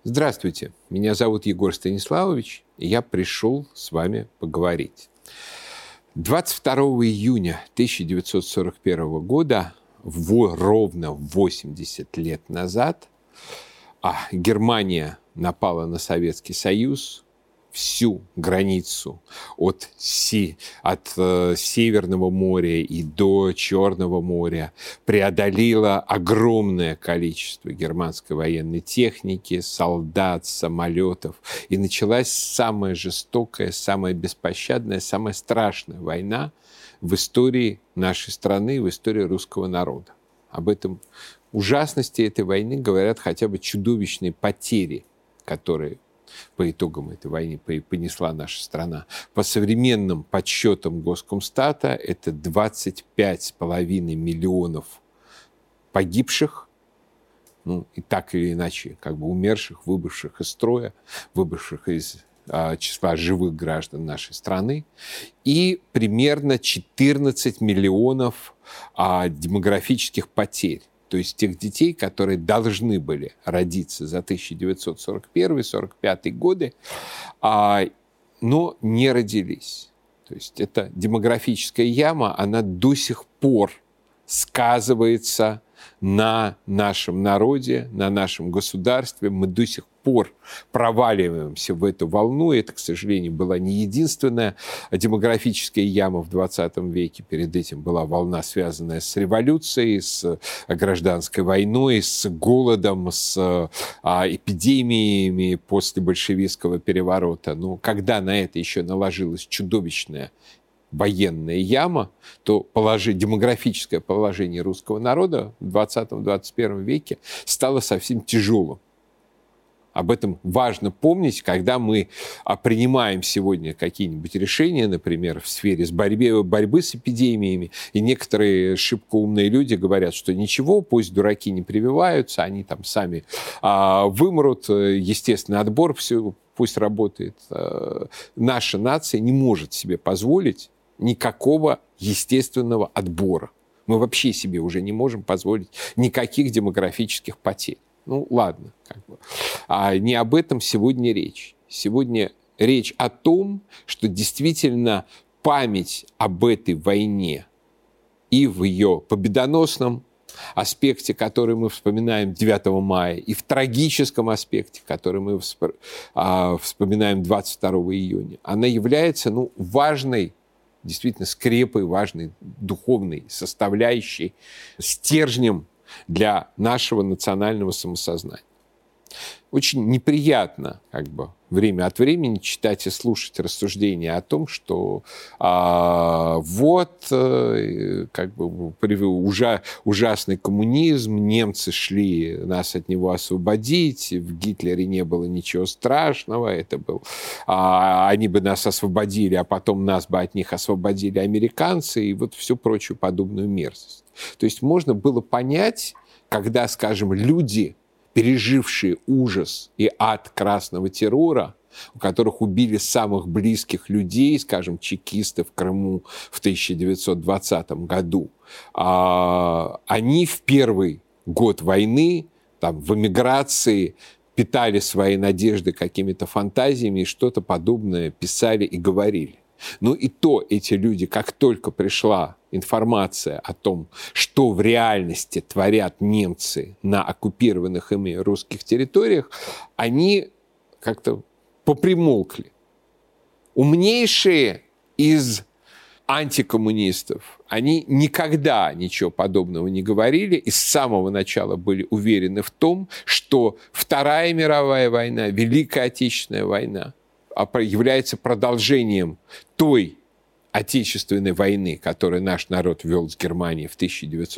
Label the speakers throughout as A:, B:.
A: Здравствуйте, меня зовут Егор Станиславович, и я пришел с вами поговорить. 22 июня 1941 года, ровно 80 лет назад, Германия напала на Советский Союз, всю границу от Северного моря и до Черного моря, преодолела огромное количество германской военной техники, солдат, самолетов. И началась самая жестокая, самая беспощадная, самая страшная война в истории нашей страны, в истории русского народа. Об этом ужасности этой войны говорят хотя бы чудовищные потери, которые по итогам этой войны понесла наша страна. По современным подсчетам Госкомстата это 25,5 миллионов погибших, и так или иначе умерших, выбывших из строя, выбывших из числа живых граждан нашей страны, и примерно 14 миллионов демографических потерь. То есть тех детей, которые должны были родиться за 1941-1945 годы, но не родились. То есть эта демографическая яма, она до сих пор сказывается на нашем народе, на нашем государстве. Мы до сих пор проваливаемся в эту волну. Это, к сожалению, была не единственная демографическая яма в 20 веке. Перед этим была волна, связанная с революцией, с гражданской войной, с голодом, с эпидемиями после большевистского переворота. Но когда на это еще наложилась чудовищная военная яма, то демографическое положение русского народа в 20-21 веке стало совсем тяжелым. Об этом важно помнить, когда мы принимаем сегодня какие-нибудь решения, например, в сфере борьбы с эпидемиями, и некоторые шибко умные люди говорят, что ничего, пусть дураки не прививаются, они там сами вымрут, естественный отбор, все, пусть работает. Наша нация не может себе позволить никакого естественного отбора. Мы вообще себе уже не можем позволить никаких демографических потерь. Ладно. Не об этом сегодня речь. Сегодня речь о том, что действительно память об этой войне и в ее победоносном аспекте, который мы вспоминаем 9 мая, и в трагическом аспекте, который мы вспоминаем 22 июня, она является важной, действительно скрепой, важной духовной составляющей, стержнем для нашего национального самосознания. Очень неприятно время от времени читать и слушать рассуждения о том, что ужасный коммунизм, немцы шли нас от него освободить, в Гитлере не было ничего страшного, они бы нас освободили, а потом нас бы от них освободили американцы, и всю прочую подобную мерзость. То есть можно было понять, когда, скажем, люди, пережившие ужас и ад красного террора, у которых убили самых близких людей, скажем, чекисты в Крыму в 1920 году, они в первый год войны в эмиграции питали свои надежды какими-то фантазиями и что-то подобное писали и говорили. И то эти люди, как только пришла информация о том, что в реальности творят немцы на оккупированных ими русских территориях, они как-то попримолкли. Умнейшие из антикоммунистов, они никогда ничего подобного не говорили и с самого начала были уверены в том, что Вторая мировая война, Великая Отечественная война является продолжением той Отечественной войны, которую наш народ вел с Германией в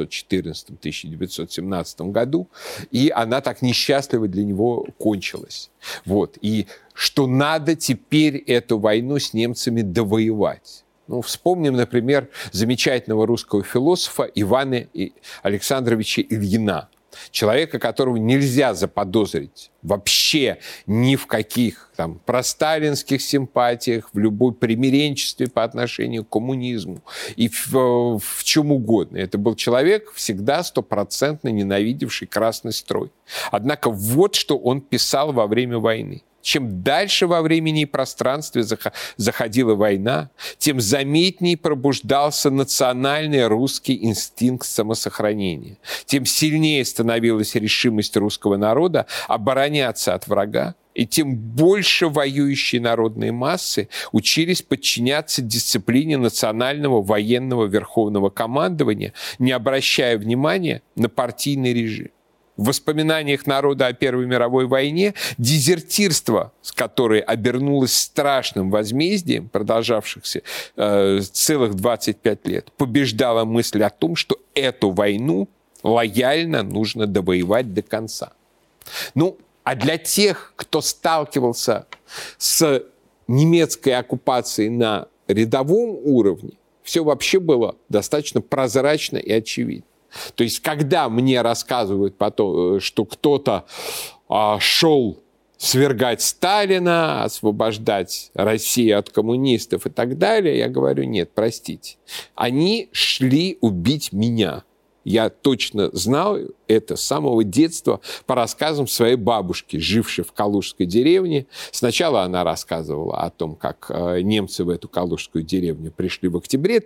A: 1914-1917 году, и она так несчастливо для него кончилась. И что надо теперь эту войну с немцами довоевать. Вспомним, например, замечательного русского философа Ивана Александровича Ильина. человека, которого нельзя заподозрить вообще ни в каких там просталинских симпатиях, в любой примиренчестве по отношению к коммунизму и в чем угодно. Это был человек, всегда стопроцентно ненавидевший красный строй. Однако вот что он писал во время войны. Чем дальше во времени и пространстве заходила война, тем заметнее пробуждался национальный русский инстинкт самосохранения. Тем сильнее становилась решимость русского народа обороняться от врага, и тем больше воюющие народные массы учились подчиняться дисциплине национального военного верховного командования, не обращая внимания на партийный режим. В воспоминаниях народа о Первой мировой войне дезертирство, с которой обернулось страшным возмездием, продолжавшихся целых 25 лет, побеждала мысль о том, что эту войну лояльно нужно довоевать до конца. Ну, а для тех, кто сталкивался с немецкой оккупацией на рядовом уровне, все вообще было достаточно прозрачно и очевидно. То есть, когда мне рассказывают потом, что кто-то шел свергать Сталина, освобождать Россию от коммунистов и так далее, я говорю, нет, простите. Они шли убить меня. Я точно знал это с самого детства по рассказам своей бабушки, жившей в калужской деревне. Сначала она рассказывала о том, как немцы в эту калужскую деревню пришли в октябре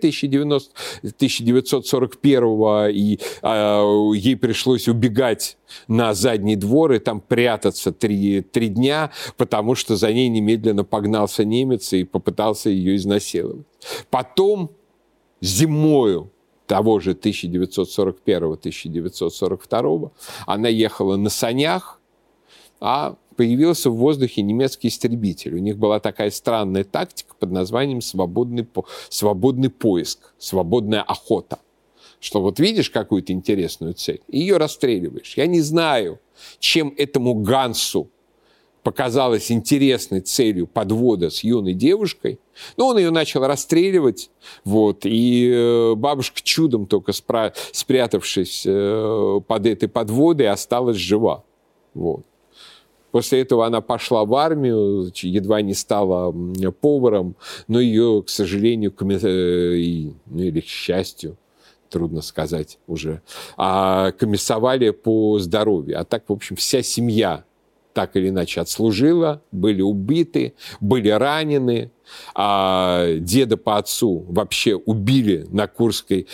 A: 1941-го, и ей пришлось убегать на задний двор и там прятаться три дня, потому что за ней немедленно погнался немец и попытался ее изнасиловать. Потом зимою того же 1941-1942 она ехала на санях, а появился в воздухе немецкий истребитель. У них была такая странная тактика под названием свободный поиск, свободная охота. Что вот видишь какую-то интересную цель, и ее расстреливаешь. Я не знаю, чем этому Гансу показалась интересной целью подвода с юной девушкой, но он ее начал расстреливать, вот, и бабушка чудом только спрятавшись под этой подводой, осталась жива. Вот. После этого она пошла в армию, едва не стала поваром, но ее, к сожалению, или к счастью, трудно сказать уже, комиссовали по здоровью. А так, в общем, вся семья так или иначе отслужила, были убиты, были ранены. А деда по отцу вообще убили на Курской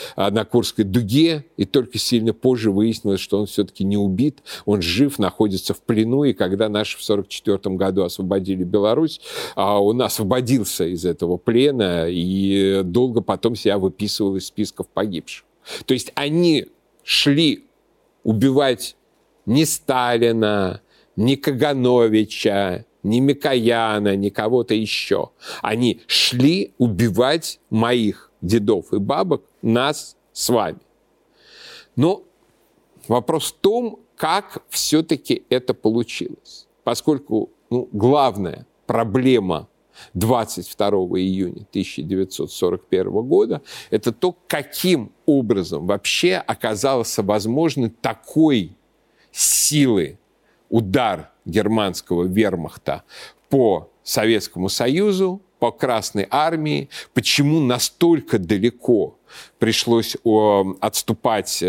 A: дуге, и только сильно позже выяснилось, что он все-таки не убит, он жив, находится в плену, и когда наши в 1944 году освободили Беларусь, он освободился из этого плена и долго потом себя выписывал из списков погибших. То есть они шли убивать не Сталина, ни Кагановича, ни Микояна, ни кого-то еще. Они шли убивать моих дедов и бабок, нас с вами. Но вопрос в том, как все-таки это получилось. Поскольку главная проблема 22 июня 1941 года – это то, каким образом вообще оказался возможен такой силы удар германского вермахта по Советскому Союзу, по Красной армии, почему настолько далеко пришлось отступать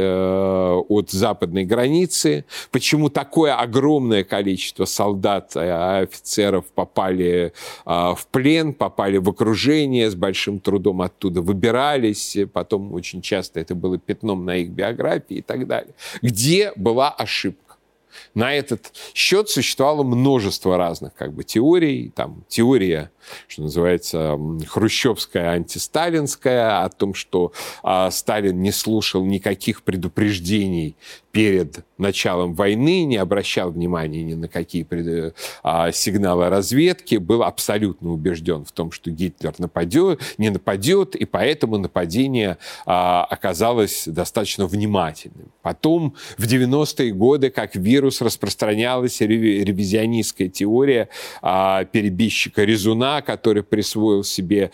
A: от западной границы, почему такое огромное количество солдат и офицеров попали в плен, попали в окружение, с большим трудом оттуда выбирались, потом очень часто это было пятном на их биографии и так далее. Где была ошибка? На этот счет существовало множество разных теорий. Там теория, что называется, хрущевская, антисталинская, о том, что Сталин не слушал никаких предупреждений перед началом войны, не обращал внимания ни на какие сигналы разведки, был абсолютно убежден в том, что Гитлер не нападет, и поэтому нападение оказалось достаточно внимательным. Потом в 90-е годы, как вирус, распространялась ревизионистская теория перебежчика Резуна, Кузьмина, который присвоил себе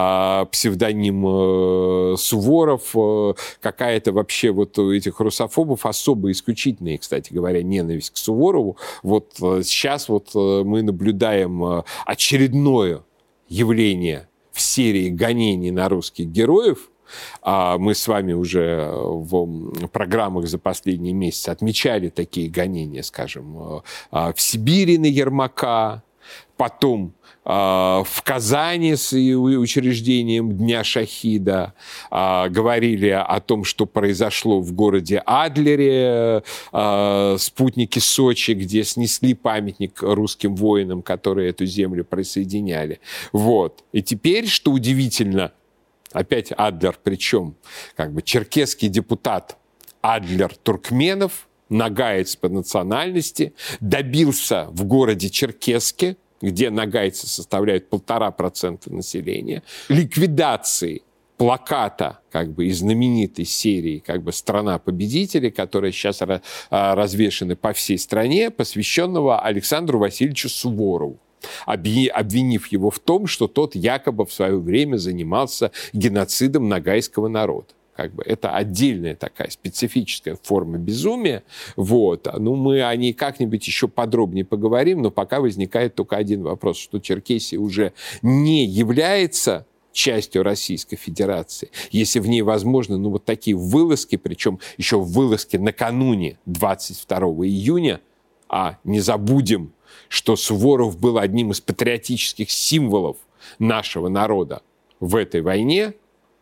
A: псевдоним Суворов, какая-то вообще вот у этих русофобов особо исключительная, кстати говоря, ненависть к Суворову. Вот сейчас вот мы наблюдаем очередное явление в серии гонений на русских героев. Мы с вами уже в программах за последние месяцы отмечали такие гонения, скажем, в Сибири на Ермака, потом в Казани с учреждением Дня Шахида, говорили о том, что произошло в городе Адлере, спутники Сочи, где снесли памятник русским воинам, которые эту землю присоединяли. Вот. И теперь, что удивительно, опять Адлер, причем как бы черкесский депутат Адлер Туркменов, нагаец по национальности, добился в городе Черкесске, где нагайцы составляют 1,5% населения, ликвидации плаката как бы из знаменитой серии как бы «Страна победителей», которая сейчас развешаны по всей стране, посвященного Александру Васильевичу Суворову, обвинив его в том, что тот якобы в свое время занимался геноцидом ногайского народа. Как бы это отдельная такая специфическая форма безумия. Вот. Ну, мы о ней как-нибудь еще подробнее поговорим, но пока возникает только один вопрос, что Черкесия уже не является частью Российской Федерации, если в ней возможны вот такие вылазки, причем еще вылазки накануне 22 июня, а не забудем, что Суворов был одним из патриотических символов нашего народа в этой войне,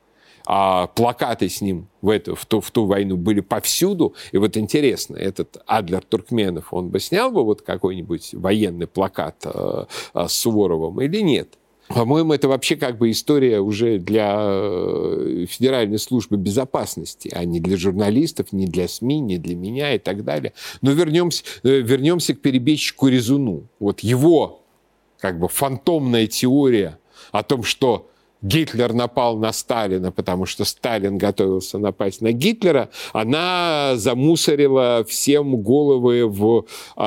A: а плакаты с ним в ту войну были повсюду. И вот интересно, этот Адлер Туркменов, он бы снял бы вот какой-нибудь военный плакат с Суворовым или нет? По-моему, это вообще как бы история уже для Федеральной службы безопасности, а не для журналистов, не для СМИ, не для меня и так далее. Но вернемся к перебежчику Резуну. Вот его как бы фантомная теория о том, что Гитлер напал на Сталина, потому что Сталин готовился напасть на Гитлера, она замусорила всем головы в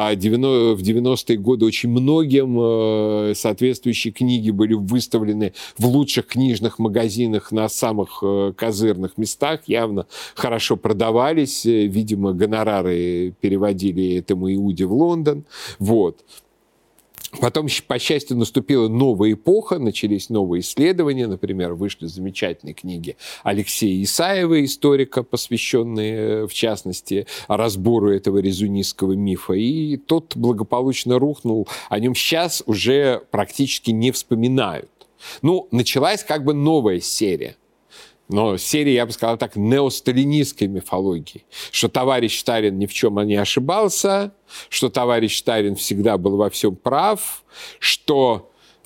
A: 90-е годы. Очень многим соответствующие книги были выставлены в лучших книжных магазинах на самых козырных местах, явно хорошо продавались. Видимо, гонорары переводили этому Иуде в Лондон. Вот. Потом, по счастью, наступила новая эпоха, начались новые исследования. Например, вышли замечательные книги Алексея Исаева, историка, посвященные, в частности, разбору этого резунистского мифа. И тот благополучно рухнул. О нем сейчас уже практически не вспоминают. Ну, началась как бы новая серия. Но серия, я бы сказал так, неосталинистской мифологии. Что товарищ Сталин ни в чем не ошибался, что товарищ Сталин всегда был во всем прав, что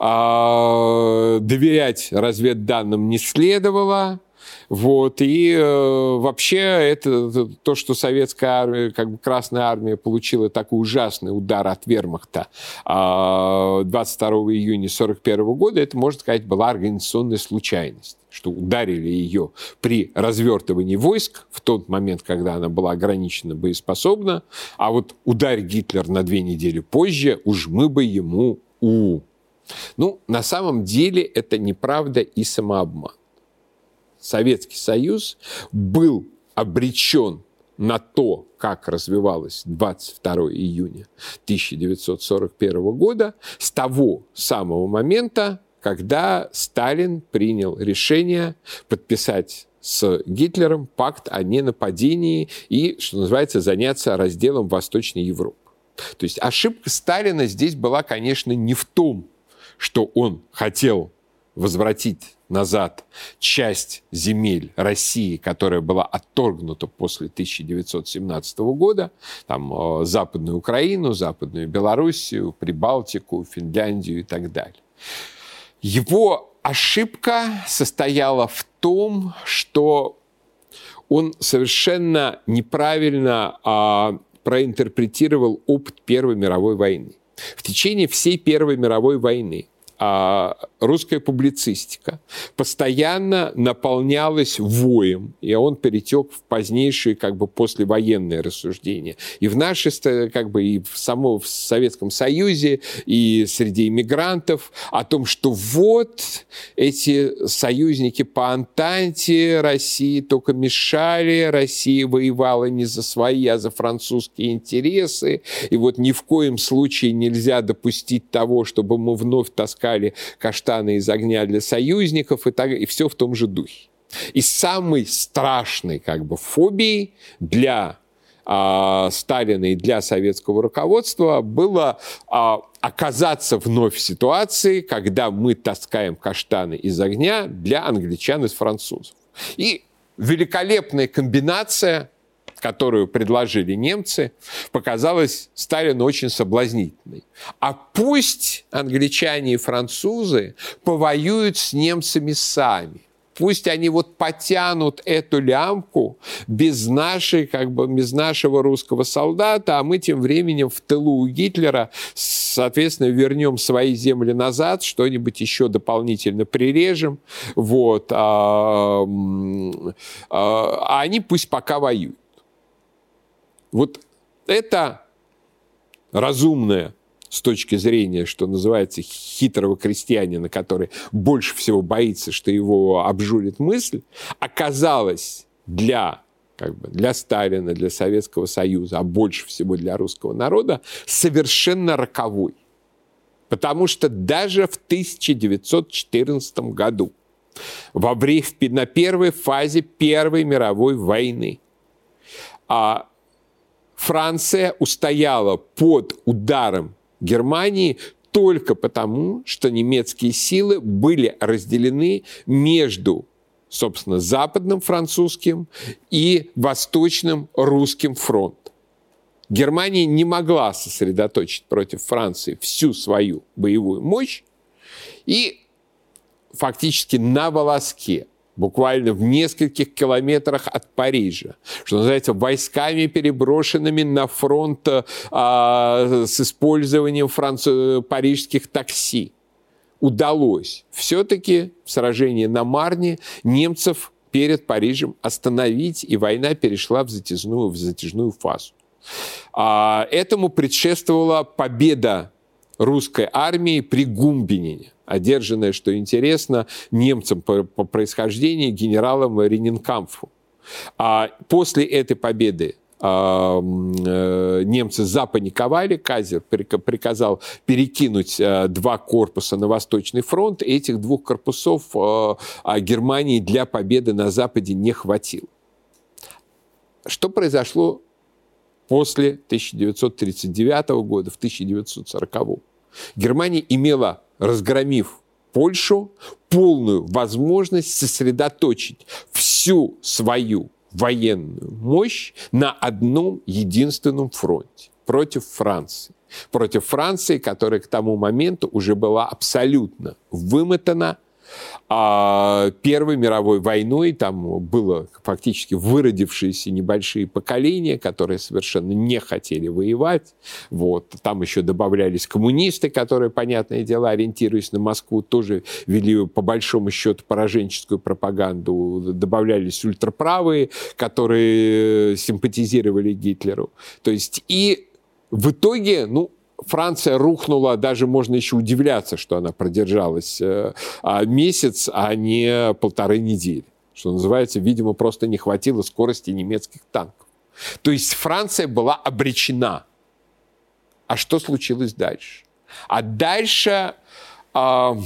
A: доверять разведданным не следовало. Вот. И вообще это то, что советская армия, как бы Красная армия получила такой ужасный удар от вермахта 22 июня 1941 года, это, можно сказать, была организационная случайность, что ударили ее при развертывании войск в тот момент, когда она была ограниченно боеспособна, а вот ударь Гитлер на 2 недели позже, уж мы бы ему Ну, на самом деле это неправда и самообман. Советский Союз был обречен на то, как развивалось 22 июня 1941 года, с того самого момента, когда Сталин принял решение подписать с Гитлером пакт о ненападении и, что называется, заняться разделом Восточной Европы. То есть ошибка Сталина здесь была, конечно, не в том, что он хотел возвратить назад часть земель России, которая была отторгнута после 1917 года, там Западную Украину, Западную Белоруссию, Прибалтику, Финляндию и так далее. Его ошибка состояла в том, что он совершенно неправильно проинтерпретировал опыт Первой мировой войны. В течение всей Первой мировой войны русская публицистика постоянно наполнялась воем, и он перетек в позднейшие как бы послевоенные рассуждения. И в нашей, как бы, и в Советском Союзе, и среди иммигрантов о том, что вот эти союзники по Антанте России только мешали, Россия воевала не за свои, а за французские интересы, и вот ни в коем случае нельзя допустить того, чтобы мы вновь таскали каштаны из огня для союзников, и все в том же духе. И самой страшной как бы фобией для Сталина и для советского руководства было оказаться вновь в ситуации, когда мы таскаем каштаны из огня для англичан и французов. И великолепная комбинация, которую предложили немцы, показалась Сталину очень соблазнительной. А пусть англичане и французы повоюют с немцами сами. Пусть они вот потянут эту лямку без нашего русского солдата, а мы тем временем в тылу у Гитлера, соответственно, вернем свои земли назад, что-нибудь еще дополнительно прирежем, вот, а они пусть пока воюют. Вот это разумное с точки зрения, что называется, хитрого крестьянина, который больше всего боится, что его обжулит мысль, оказалось для Сталина, для Советского Союза, а больше всего для русского народа, совершенно роковой. Потому что даже в 1914 году, на первой фазе Первой мировой войны, Франция устояла под ударом Германии только потому, что немецкие силы были разделены между, собственно, западным французским и восточным русским фронтом. Германия не могла сосредоточить против Франции всю свою боевую мощь, и фактически на волоске, буквально в нескольких километрах от Парижа, что называется, войсками, переброшенными на фронт с использованием парижских такси, удалось все-таки в сражении на Марне немцев перед Парижем остановить, и война перешла в затяжную фазу. Этому предшествовала победа русской армии при Гумбинине, одержанная, что интересно, немцам по происхождению генералом Ренинкампфом. После этой победы немцы запаниковали, Кайзер приказал перекинуть 2 корпуса на Восточный фронт, и этих 2 корпусов Германии для победы на Западе не хватило. Что произошло после 1939 года, в 1940-м? Германия имела, разгромив Польшу, полную возможность сосредоточить всю свою военную мощь на одном единственном фронте против Франции. Против Франции, которая к тому моменту уже была абсолютно вымотана Первой мировой войной. Там было фактически выродившиеся небольшие поколения, которые совершенно не хотели воевать. Вот. Там еще добавлялись коммунисты, которые, понятное дело, ориентируясь на Москву, тоже вели по большому счету пораженческую пропаганду. Добавлялись ультраправые, которые симпатизировали Гитлеру. То есть и в итоге, Франция рухнула, даже можно еще удивляться, что она продержалась месяц, а не 1,5 недели. Что называется, видимо, просто не хватило скорости немецких танков. То есть Франция была обречена. А что случилось дальше? А дальше в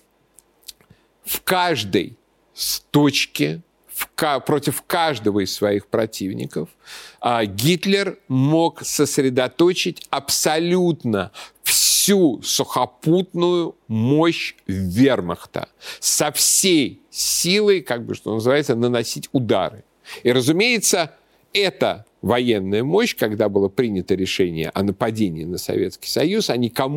A: каждой точке, против каждого из своих противников Гитлер мог сосредоточить абсолютно всю сухопутную мощь вермахта, со всей силой, что называется, наносить удары. И, разумеется, эта военная мощь, когда было принято решение о нападении на Советский Союз,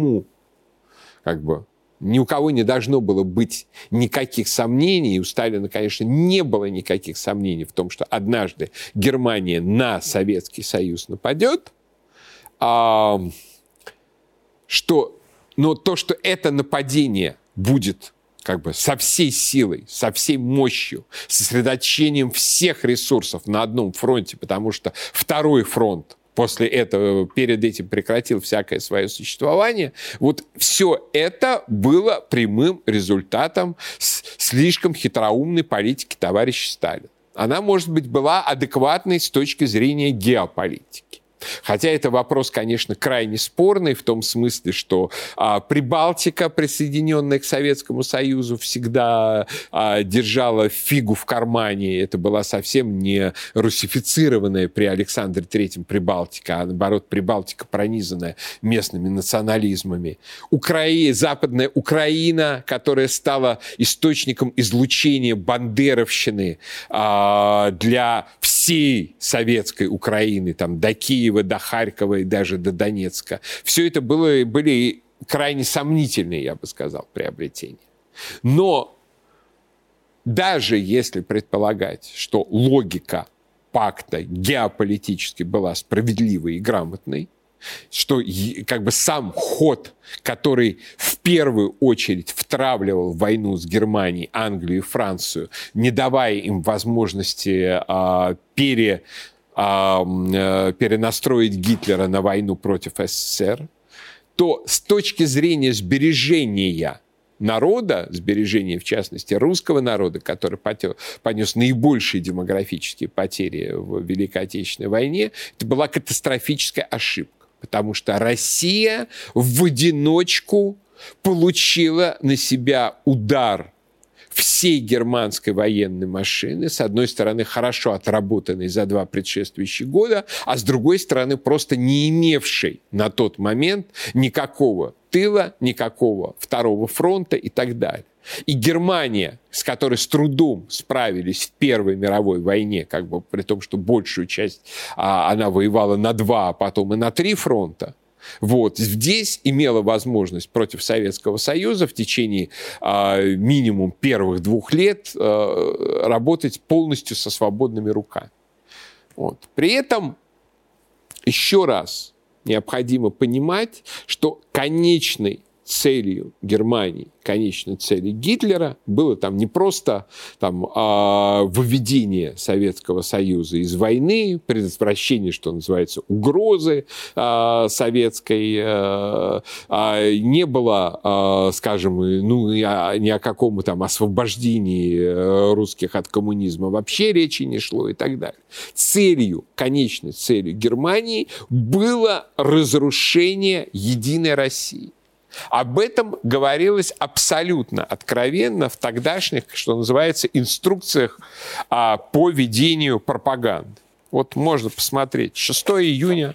A: ни у кого не должно было быть никаких сомнений, и у Сталина, конечно, не было никаких сомнений в том, что однажды Германия на Советский Союз нападет, но то, что это нападение будет как бы со всей силой, со всей мощью, сосредоточением всех ресурсов на одном фронте, потому что второй фронт после этого, перед этим прекратил всякое свое существование, вот все это было прямым результатом слишком хитроумной политики товарища Сталина. Она, может быть, была адекватной с точки зрения геополитики. Хотя это вопрос, конечно, крайне спорный в том смысле, что Прибалтика, присоединенная к Советскому Союзу, всегда держала фигу в кармане. Это была совсем не русифицированная при Александре III Прибалтика, а наоборот Прибалтика, пронизанная местными национализмами. Западная Украина, которая стала источником излучения бандеровщины для всей советской Украины, там, до Киева, до Харькова и даже до Донецка. Все это были крайне сомнительные, я бы сказал, приобретения. Но даже если предполагать, что логика пакта геополитически была справедливой и грамотной, что как бы сам ход, который в первую очередь втравливал в войну с Германией, Англию и Францию, не давая им возможности перенастроить Гитлера на войну против СССР, то с точки зрения сбережения народа, сбережения, в частности, русского народа, который понес наибольшие демографические потери в Великой Отечественной войне, это была катастрофическая ошибка. Потому что Россия в одиночку получила на себя удар всей германской военной машины, с одной стороны, хорошо отработанной за 2 предшествующих года, а с другой стороны, просто не имевшей на тот момент никакого тыла, никакого второго фронта и так далее. И Германия, с которой с трудом справились в Первой мировой войне, как бы при том, что большую часть она воевала на 2, а потом и на 3 фронта, вот, здесь имела возможность против Советского Союза в течение минимум первых 2 лет работать полностью со свободными руками. Вот. При этом, еще раз, необходимо понимать, что конечной целью Германии, конечной целью Гитлера было там не просто выведение Советского Союза из войны, предотвращение, что называется, угрозы советской, не было, скажем, ни о каком там освобождении русских от коммунизма вообще речи не шло и так далее. Конечной целью Германии было разрушение единой России. Об этом говорилось абсолютно откровенно в тогдашних, что называется, инструкциях по ведению пропаганды. Вот можно посмотреть. 6 июня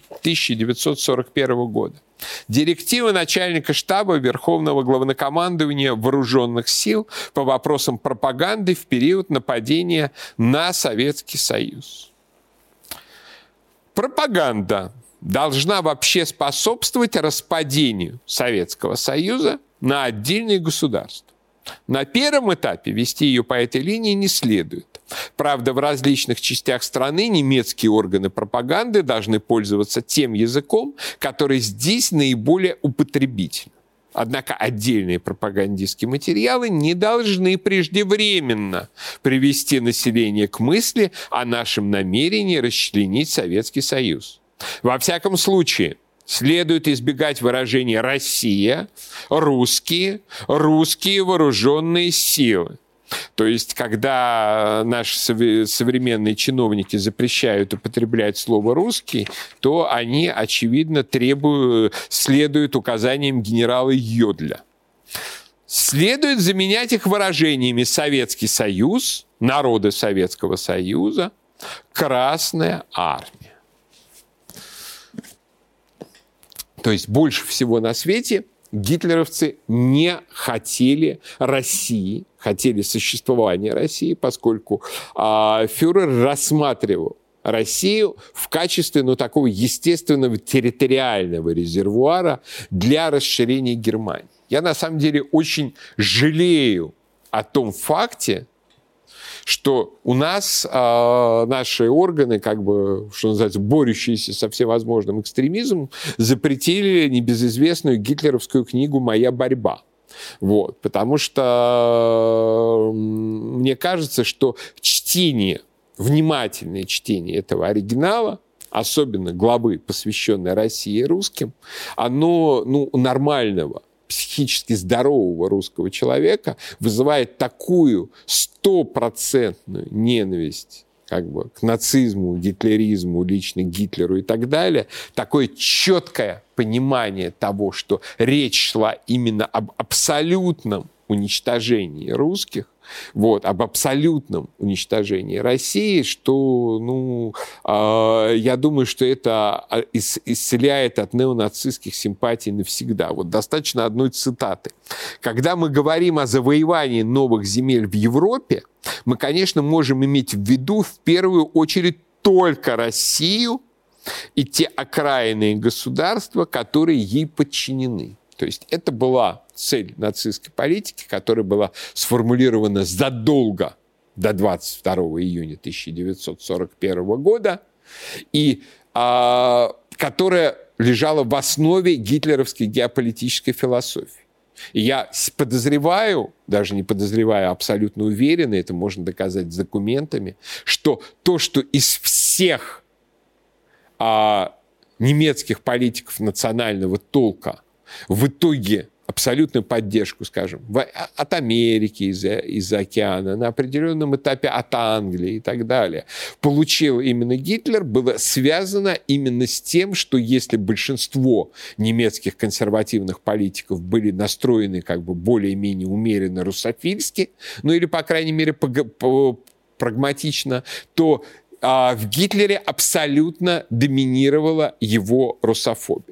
A: 1941 года. Директива начальника штаба Верховного главнокомандования Вооруженных сил по вопросам пропаганды в период нападения на Советский Союз. Пропаганда должна вообще способствовать распадению Советского Союза на отдельные государства. На первом этапе вести ее по этой линии не следует. Правда, в различных частях страны немецкие органы пропаганды должны пользоваться тем языком, который здесь наиболее употребителен. Однако отдельные пропагандистские материалы не должны преждевременно привести население к мысли о нашем намерении расчленить Советский Союз. Во всяком случае, следует избегать выражения «Россия», «русские», «русские вооруженные силы». То есть, когда наши современные чиновники запрещают употреблять слово «русский», то они, очевидно, следуют указаниям генерала Йодля. Следует заменять их выражениями «Советский Союз», «народы Советского Союза», «Красная армия». То есть больше всего на свете гитлеровцы не хотели России, хотели существования России, поскольку фюрер рассматривал Россию в качестве такого естественного территориального резервуара для расширения Германии. Я на самом деле очень жалею о том факте, что у нас наши органы, что называется, борющиеся со всевозможным экстремизмом, запретили небезызвестную гитлеровскую книгу «Моя борьба». Вот, потому что мне кажется, что чтение, внимательное чтение этого оригинала, особенно главы, посвященной России и русским, оно, у нормального, психически здорового русского человека вызывает такую стопроцентную ненависть к нацизму, гитлеризму, лично Гитлеру и так далее, такое четкое понимание того, что речь шла именно об абсолютном уничтожении русских, об абсолютном уничтожении России, что, я думаю, что это исцеляет от неонацистских симпатий навсегда. Достаточно одной цитаты. Когда мы говорим о завоевании новых земель в Европе, мы, конечно, можем иметь в виду в первую очередь только Россию и те окраинные государства, которые ей подчинены. То есть это была цель нацистской политики, которая была сформулирована задолго до 22 июня 1941 года, и которая лежала в основе гитлеровской геополитической философии. И я подозреваю, даже не подозреваю, а абсолютно уверен, и это можно доказать с документами, что то, что из всех немецких политиков национального толка в итоге абсолютную поддержку, скажем, от Америки из-за океана, на определенном этапе от Англии и так далее, получил именно Гитлер, было связано именно с тем, что если большинство немецких консервативных политиков были настроены более-менее умеренно русофильски, или, по крайней мере, прагматично, то в Гитлере абсолютно доминировала его русофобия.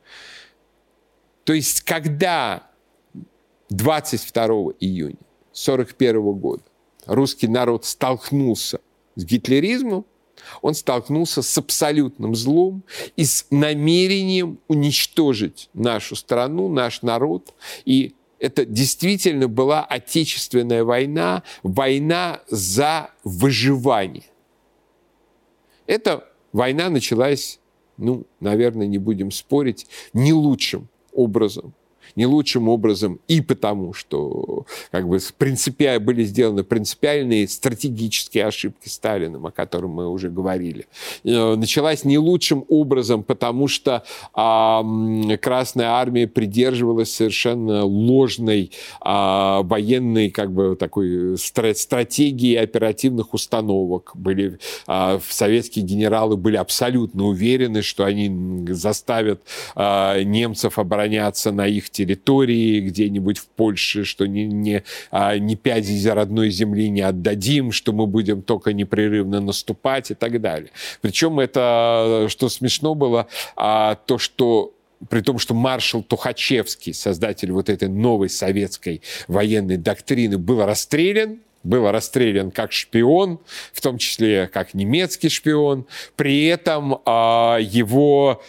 A: То есть, когда 22 июня 1941 года русский народ столкнулся с гитлеризмом, он столкнулся с абсолютным злом и с намерением уничтожить нашу страну, наш народ. И это действительно была Отечественная война, война за выживание. Эта война началась, наверное, не будем спорить, не лучшим образом. Не лучшим образом и потому, что были сделаны принципиальные стратегические ошибки Сталиным, о которых мы уже говорили. Началась не лучшим образом, потому что Красная Армия придерживалась совершенно ложной военной такой стратегии оперативных установок. Советские генералы были абсолютно уверены, что они заставят немцев обороняться на их территории, где-нибудь в Польше, что ни пяди из родной земли не отдадим, что мы будем только непрерывно наступать и так далее. Причем это, что смешно было, то, что при том, что маршал Тухачевский, создатель этой новой советской военной доктрины, был расстрелян как шпион, в том числе как немецкий шпион, при этом его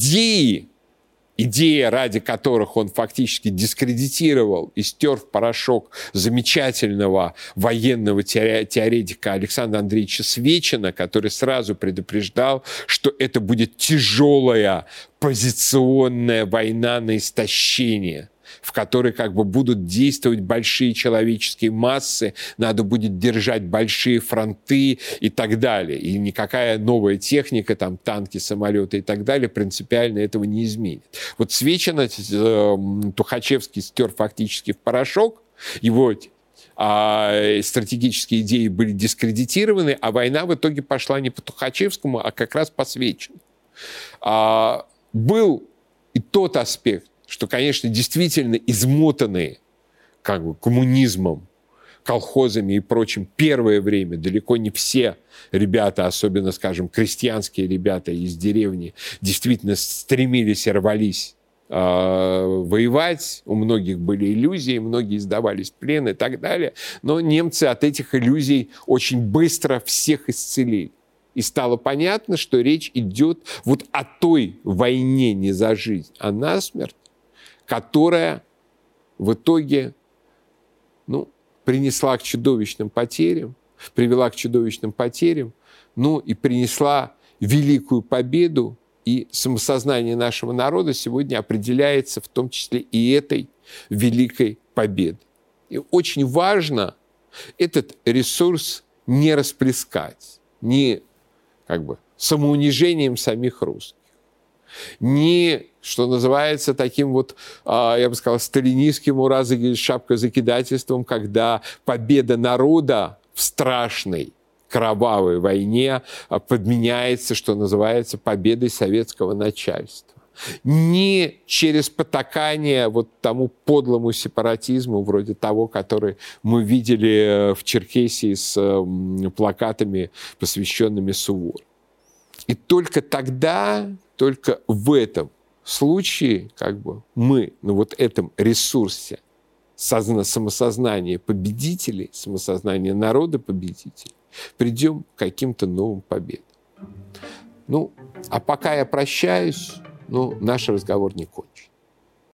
A: идеи, ради которых он фактически дискредитировал и стер в порошок замечательного военного теоретика Александра Андреевича Свечина, который сразу предупреждал, что это будет тяжелая позиционная война на истощение, в которой будут действовать большие человеческие массы, надо будет держать большие фронты и так далее. И никакая новая техника, танки, самолеты и так далее, принципиально этого не изменит. Свечина Тухачевский стер фактически в порошок, его стратегические идеи были дискредитированы, а война в итоге пошла не по Тухачевскому, а как раз по Свечину. Был и тот аспект, что, конечно, действительно измотанные коммунизмом, колхозами и прочим первое время далеко не все ребята, особенно, скажем, крестьянские ребята из деревни, действительно стремились и рвались воевать. У многих были иллюзии, многие сдавались в плен и так далее. Но немцы от этих иллюзий очень быстро всех исцелили. И стало понятно, что речь идет о той войне не за жизнь, а на смерть, которая в итоге привела к чудовищным потерям, и принесла великую победу И самосознание нашего народа сегодня определяется в том числе и этой великой победой. И очень важно этот ресурс не расплескать, не самоунижением самих русских, не, что называется, таким вот, я бы сказал, сталинистским шапкозакидательством, когда победа народа в страшной кровавой войне подменяется, что называется, победой советского начальства. Не через потакание вот тому подлому сепаратизму, вроде того, который мы видели в Черкесии с плакатами, посвященными Суворову. И только тогда, только в этом случае мы на вот этом ресурсе самосознания победителей, самосознания народа победителей, придем к каким-то новым победам. А пока я прощаюсь, наш разговор не кончен.